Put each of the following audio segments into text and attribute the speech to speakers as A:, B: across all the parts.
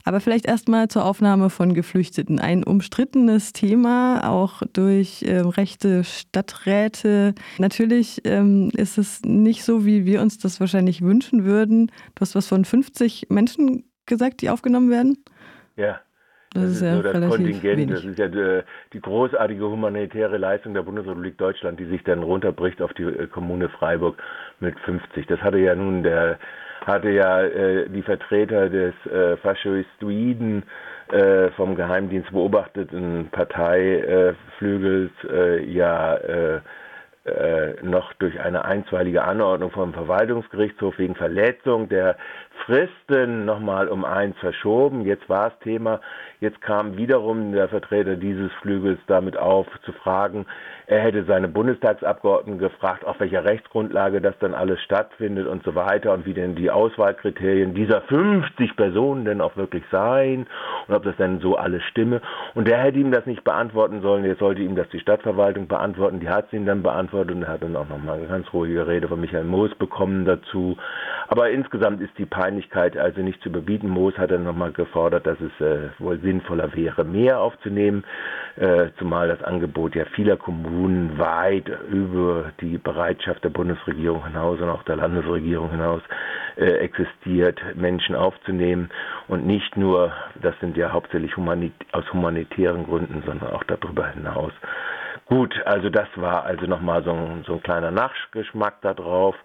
A: Aber vielleicht erstmal zur Aufnahme von Geflüchteten. Ein umstrittenes Thema, auch durch rechte Stadträte. Natürlich ist es nicht so, wie wir uns das wahrscheinlich wünschen würden. Du hast was von 50 Menschen gesagt, die aufgenommen werden?
B: Ja,
A: Das
B: das
A: ist
B: ist
A: ja
B: so das
A: relativ
B: Kontingent. Das
A: wenig.
B: ist ja die großartige humanitäre Leistung der Bundesrepublik Deutschland, die sich dann runterbricht auf die Kommune Freiburg mit 50. Das hatte ja die Vertreter des faschistoiden vom Geheimdienst beobachteten Parteiflügels noch durch eine einstweilige Anordnung vom Verwaltungsgerichtshof wegen Verletzung der Fristen nochmal um eins verschoben. Jetzt war es Thema, jetzt kam wiederum der Vertreter dieses Flügels damit auf, zu fragen, er hätte seine Bundestagsabgeordneten gefragt, auf welcher Rechtsgrundlage das dann alles stattfindet und so weiter und wie denn die Auswahlkriterien dieser 50 Personen denn auch wirklich seien und ob das denn so alles stimme. Und der hätte ihm das nicht beantworten sollen, jetzt sollte ihm das die Stadtverwaltung beantworten, die hat es ihm dann beantwortet und er hat dann auch nochmal eine ganz ruhige Rede von Michael Moos bekommen dazu. Aber insgesamt ist die Peinlichkeit also nicht zu überbieten. Moos hat dann nochmal gefordert, dass es wohl sinnvoller wäre, mehr aufzunehmen, zumal das Angebot ja vieler Kommunen weit über die Bereitschaft der Bundesregierung hinaus und auch der Landesregierung hinaus existiert, Menschen aufzunehmen und nicht nur, das sind ja hauptsächlich aus humanitären Gründen, sondern auch darüber hinaus. Gut, also das war also nochmal so ein kleiner Nachgeschmack da drauf,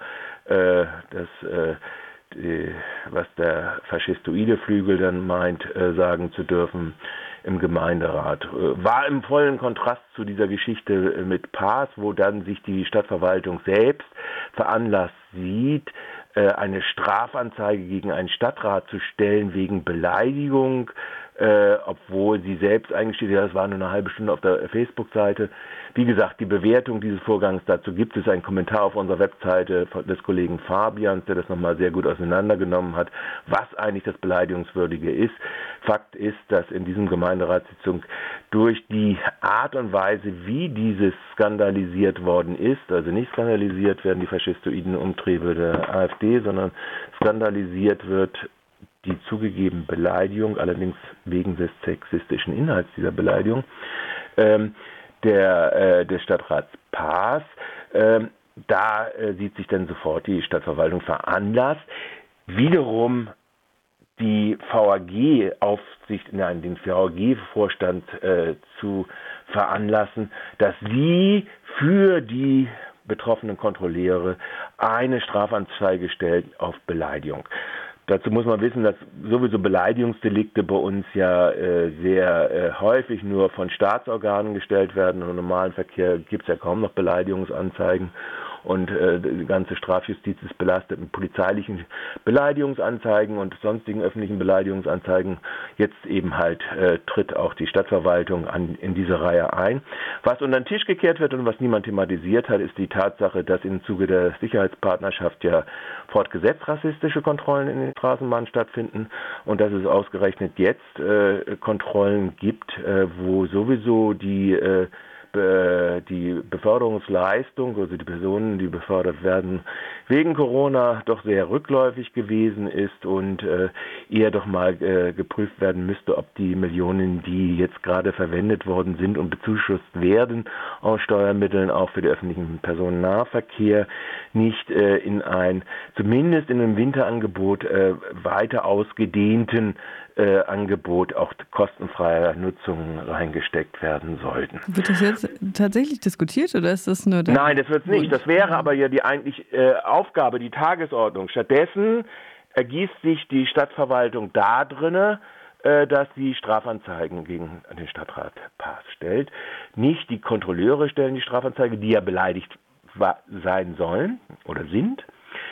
B: was der faschistoide Flügel dann meint, sagen zu dürfen im Gemeinderat. War im vollen Kontrast zu dieser Geschichte mit Paas, wo dann sich die Stadtverwaltung selbst veranlasst sieht, eine Strafanzeige gegen einen Stadtrat zu stellen wegen Beleidigung, obwohl sie selbst eingesteht, ja, das war nur eine halbe Stunde auf der Facebook-Seite. Wie gesagt, die Bewertung dieses Vorgangs, dazu gibt es einen Kommentar auf unserer Webseite des Kollegen Fabians, der das nochmal sehr gut auseinandergenommen hat, was eigentlich das Beleidigungswürdige ist. Fakt ist, dass in diesem Gemeinderatssitzung durch die Art und Weise, wie dieses skandalisiert worden ist, also nicht skandalisiert werden die faschistoiden Umtriebe der AfD, sondern skandalisiert wird die zugegeben Beleidigung, allerdings wegen des sexistischen Inhalts dieser Beleidigung, des Stadtrats Paas. Da sieht sich dann sofort die Stadtverwaltung veranlasst, wiederum die den VAG-Vorstand zu veranlassen, dass sie für die betroffenen Kontrolleure eine Strafanzeige stellt auf Beleidigung. Dazu muss man wissen, dass sowieso Beleidigungsdelikte bei uns ja sehr häufig nur von Staatsorganen gestellt werden. Im normalen Verkehr gibt es ja kaum noch Beleidigungsanzeigen. Und die ganze Strafjustiz ist belastet mit polizeilichen Beleidigungsanzeigen und sonstigen öffentlichen Beleidigungsanzeigen. Jetzt eben halt tritt auch die Stadtverwaltung in diese Reihe ein. Was unter den Tisch gekehrt wird und was niemand thematisiert hat, ist die Tatsache, dass im Zuge der Sicherheitspartnerschaft ja fortgesetzt rassistische Kontrollen in den Straßenbahnen stattfinden und dass es ausgerechnet jetzt Kontrollen gibt, wo sowieso die Beförderungsleistung, also die Personen, die befördert werden, wegen Corona doch sehr rückläufig gewesen ist und eher doch mal geprüft werden müsste, ob die Millionen, die jetzt gerade verwendet worden sind und bezuschusst werden aus Steuermitteln auch für den öffentlichen Personennahverkehr, nicht zumindest in einem Winterangebot weiter ausgedehnten Angebot auch kostenfreier Nutzung reingesteckt werden sollten.
A: Wird das jetzt tatsächlich diskutiert oder ist das nur der
B: Nein, das wird es nicht. Das wäre aber ja die eigentlich Aufgabe, die Tagesordnung. Stattdessen ergießt sich die Stadtverwaltung da drinne, dass sie Strafanzeigen gegen den Stadtrat Paas stellt. Nicht die Kontrolleure stellen die Strafanzeige, die ja beleidigt sein sollen oder sind,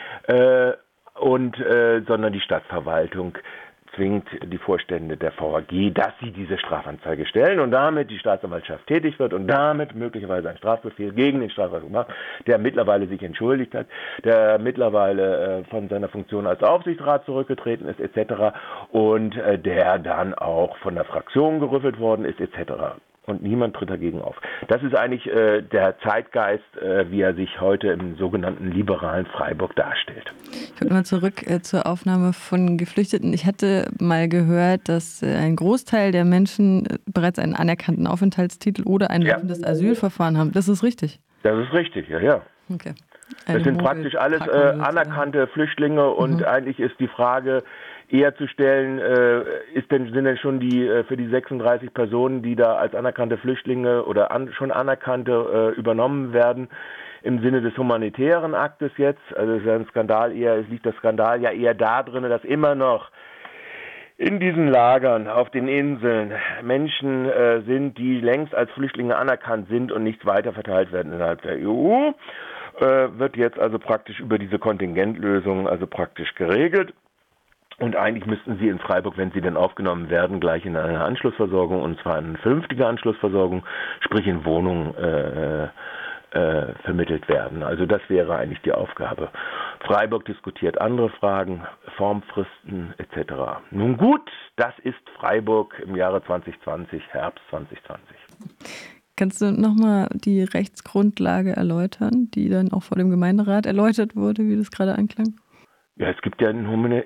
B: sondern die Stadtverwaltung zwingt die Vorstände der VAG, dass sie diese Strafanzeige stellen und damit die Staatsanwaltschaft tätig wird und damit möglicherweise ein Strafbefehl gegen den Stadtrat macht, der mittlerweile sich entschuldigt hat, der mittlerweile von seiner Funktion als Aufsichtsrat zurückgetreten ist etc. und der dann auch von der Fraktion gerüffelt worden ist etc. Und niemand tritt dagegen auf. Das ist eigentlich der Zeitgeist, wie er sich heute im sogenannten liberalen Freiburg darstellt.
A: Ich würde mal zurück zur Aufnahme von Geflüchteten. Ich hatte mal gehört, dass ein Großteil der Menschen bereits einen anerkannten Aufenthaltstitel oder ein laufendes Asylverfahren haben. Das ist richtig?
B: Das ist richtig, ja.
A: Okay.
B: Das sind praktisch alles anerkannte Flüchtlinge und eigentlich ist die Frage eher zu stellen, sind denn schon für die 36 Personen, die da als anerkannte Flüchtlinge oder schon anerkannte übernommen werden, im Sinne des humanitären Aktes jetzt, also es ist ein Skandal liegt der Skandal ja eher da drin, dass immer noch in diesen Lagern auf den Inseln Menschen sind, die längst als Flüchtlinge anerkannt sind und nicht weiter verteilt werden innerhalb der EU, wird jetzt also praktisch über diese Kontingentlösung also praktisch geregelt. Und eigentlich müssten sie in Freiburg, wenn sie denn aufgenommen werden, gleich in eine Anschlussversorgung, und zwar eine vernünftige Anschlussversorgung, sprich in Wohnungen vermittelt werden. Also das wäre eigentlich die Aufgabe. Freiburg diskutiert andere Fragen, Formfristen etc. Nun gut, das ist Freiburg im Jahre 2020, Herbst 2020.
A: Kannst du nochmal die Rechtsgrundlage erläutern, die dann auch vor dem Gemeinderat erläutert wurde, wie das gerade anklang?
B: Ja, es gibt ja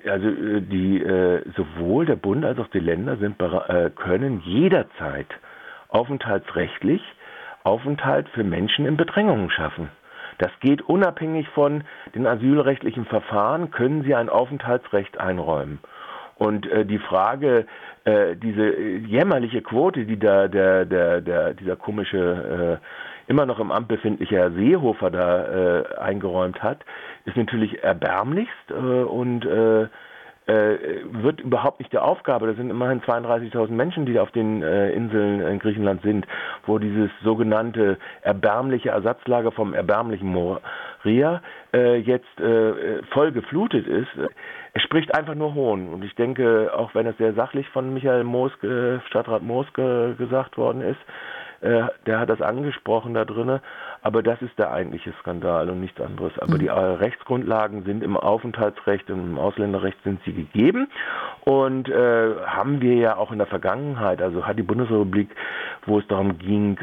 B: sowohl der Bund als auch die Länder können jederzeit aufenthaltsrechtlich Aufenthalt für Menschen in Bedrängungen schaffen. Das geht unabhängig von den asylrechtlichen Verfahren, können sie ein Aufenthaltsrecht einräumen. Und die Frage, diese jämmerliche Quote, die dieser komische, immer noch im Amt befindliche Herr Seehofer da eingeräumt hat, ist natürlich erbärmlichst und wird überhaupt nicht der Aufgabe. Das sind immerhin 32.000 Menschen, die auf den Inseln in Griechenland sind, wo dieses sogenannte erbärmliche Ersatzlager vom erbärmlichen Moria jetzt voll geflutet ist. Es spricht einfach nur Hohn. Und ich denke, auch wenn es sehr sachlich von Michael Mooske, Stadtrat Mooske gesagt worden ist, der hat das angesprochen da drinne, aber das ist der eigentliche Skandal und nichts anderes. Aber die Rechtsgrundlagen sind im Aufenthaltsrecht und im Ausländerrecht sind sie gegeben und haben wir ja auch in der Vergangenheit, also hat die Bundesrepublik, wo es darum ging,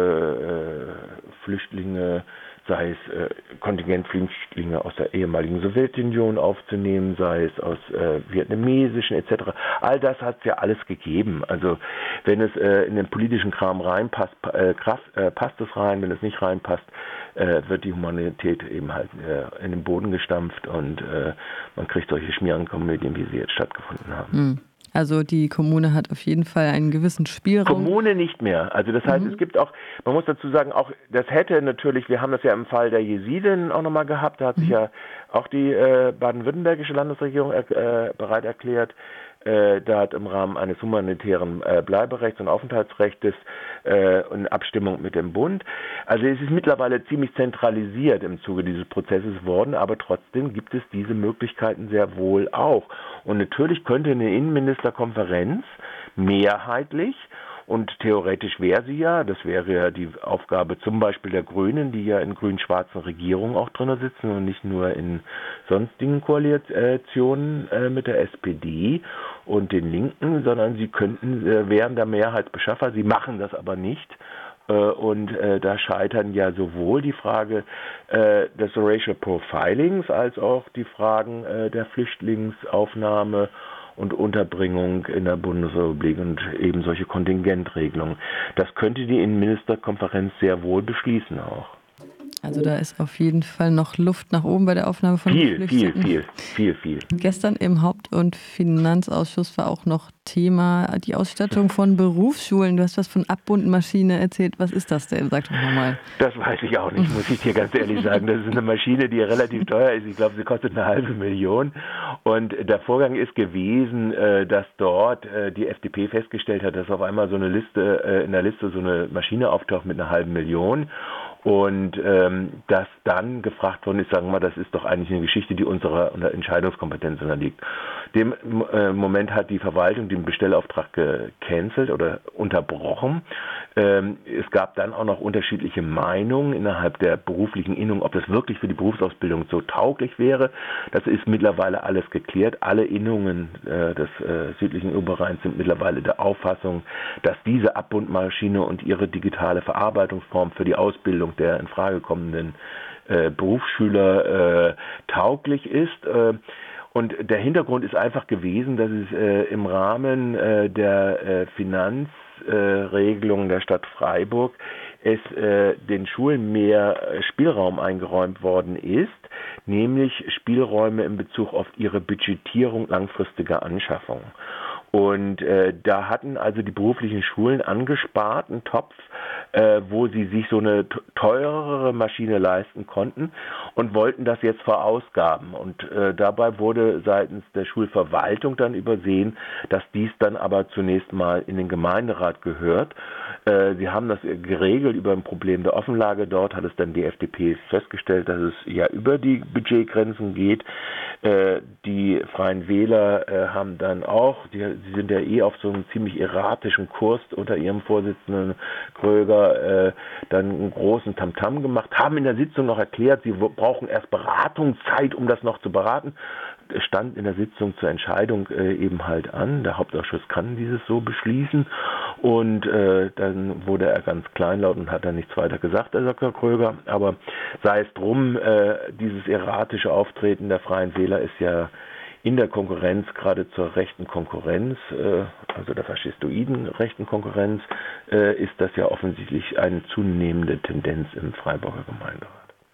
B: Flüchtlinge, sei es Kontingentflüchtlinge aus der ehemaligen Sowjetunion aufzunehmen, sei es aus vietnamesischen etc. All das hat es ja alles gegeben. Also wenn es in den politischen Kram reinpasst, passt es rein. Wenn es nicht reinpasst, wird die Humanität eben halt in den Boden gestampft und man kriegt solche Schmierenkomödien, wie sie jetzt stattgefunden haben.
A: Also die Kommune hat auf jeden Fall einen gewissen Spielraum.
B: Kommune nicht mehr. Also das heißt, es gibt auch, man muss dazu sagen, auch das hätte natürlich, wir haben das ja im Fall der Jesiden auch nochmal gehabt, da hat sich ja auch die baden-württembergische Landesregierung bereit erklärt, da hat im Rahmen eines humanitären Bleiberechts und Aufenthaltsrechts in Abstimmung mit dem Bund. Also es ist mittlerweile ziemlich zentralisiert im Zuge dieses Prozesses worden, aber trotzdem gibt es diese Möglichkeiten sehr wohl auch. Und natürlich könnte eine Innenministerkonferenz mehrheitlich, und theoretisch wäre sie ja, das wäre ja die Aufgabe zum Beispiel der Grünen, die ja in grün-schwarzen Regierungen auch drin sitzen und nicht nur in sonstigen Koalitionen mit der SPD und den Linken, sondern sie wären der Mehrheitsbeschaffer, sie machen das aber nicht. Und da scheitern ja sowohl die Frage des Racial Profilings als auch die Fragen der Flüchtlingsaufnahme und Unterbringung in der Bundesrepublik und eben solche Kontingentregelungen. Das könnte die Innenministerkonferenz sehr wohl beschließen auch.
A: Also da ist auf jeden Fall noch Luft nach oben bei der Aufnahme von Geflüchteten.
B: Viel.
A: Gestern im Haupt- und Finanzausschuss war auch noch Thema die Ausstattung von Berufsschulen. Du hast was von Abbundmaschine erzählt. Was ist das denn? Sag doch nochmal.
B: Das weiß ich auch nicht, muss ich dir ganz ehrlich sagen. Das ist eine Maschine, die relativ teuer ist. Ich glaube, sie kostet 500.000. Und der Vorgang ist gewesen, dass dort die FDP festgestellt hat, dass auf einmal so eine Liste, in der Liste so eine Maschine auftaucht mit 500.000. Und dass dann gefragt worden ist, sagen wir mal, das ist doch eigentlich eine Geschichte, die unserer Entscheidungskompetenz unterliegt. Dem Moment hat die Verwaltung den Bestellauftrag gecancelt oder unterbrochen. Es gab dann auch noch unterschiedliche Meinungen innerhalb der beruflichen Innung, ob das wirklich für die Berufsausbildung so tauglich wäre. Das ist mittlerweile alles geklärt. Alle Innungen des südlichen Oberrheins sind mittlerweile der Auffassung, dass diese Abbundmaschine und ihre digitale Verarbeitungsform für die Ausbildung der in Frage kommenden Berufsschüler tauglich ist. Und der Hintergrund ist einfach gewesen, dass es im Rahmen der Finanzregelungen der Stadt Freiburg den Schulen mehr Spielraum eingeräumt worden ist, nämlich Spielräume in Bezug auf ihre Budgetierung langfristiger Anschaffungen. Und da hatten also die beruflichen Schulen angespart, einen Topf, wo sie sich so eine teurere Maschine leisten konnten und wollten das jetzt verausgaben. Und dabei wurde seitens der Schulverwaltung dann übersehen, dass dies dann aber zunächst mal in den Gemeinderat gehört. Sie haben das geregelt über ein Problem der Offenlage. Dort hat es dann die FDP festgestellt, dass es ja über die Budgetgrenzen geht. Die Freien Wähler haben dann auch, sie sind ja auf so einem ziemlich erratischen Kurs unter ihrem Vorsitzenden Kröger, dann einen großen Tamtam gemacht, haben in der Sitzung noch erklärt, sie brauchen erst Beratungszeit, um das noch zu beraten. Es stand in der Sitzung zur Entscheidung eben halt an. Der Hauptausschuss kann dieses so beschließen. Und dann wurde er ganz kleinlaut und hat dann nichts weiter gesagt, der Dr. Kröger. Aber sei es drum, dieses erratische Auftreten der Freien Wähler ist ja in der Konkurrenz, gerade zur rechten Konkurrenz, also der faschistoiden rechten Konkurrenz, ist das ja offensichtlich eine zunehmende Tendenz im Freiburger Gemeinderat.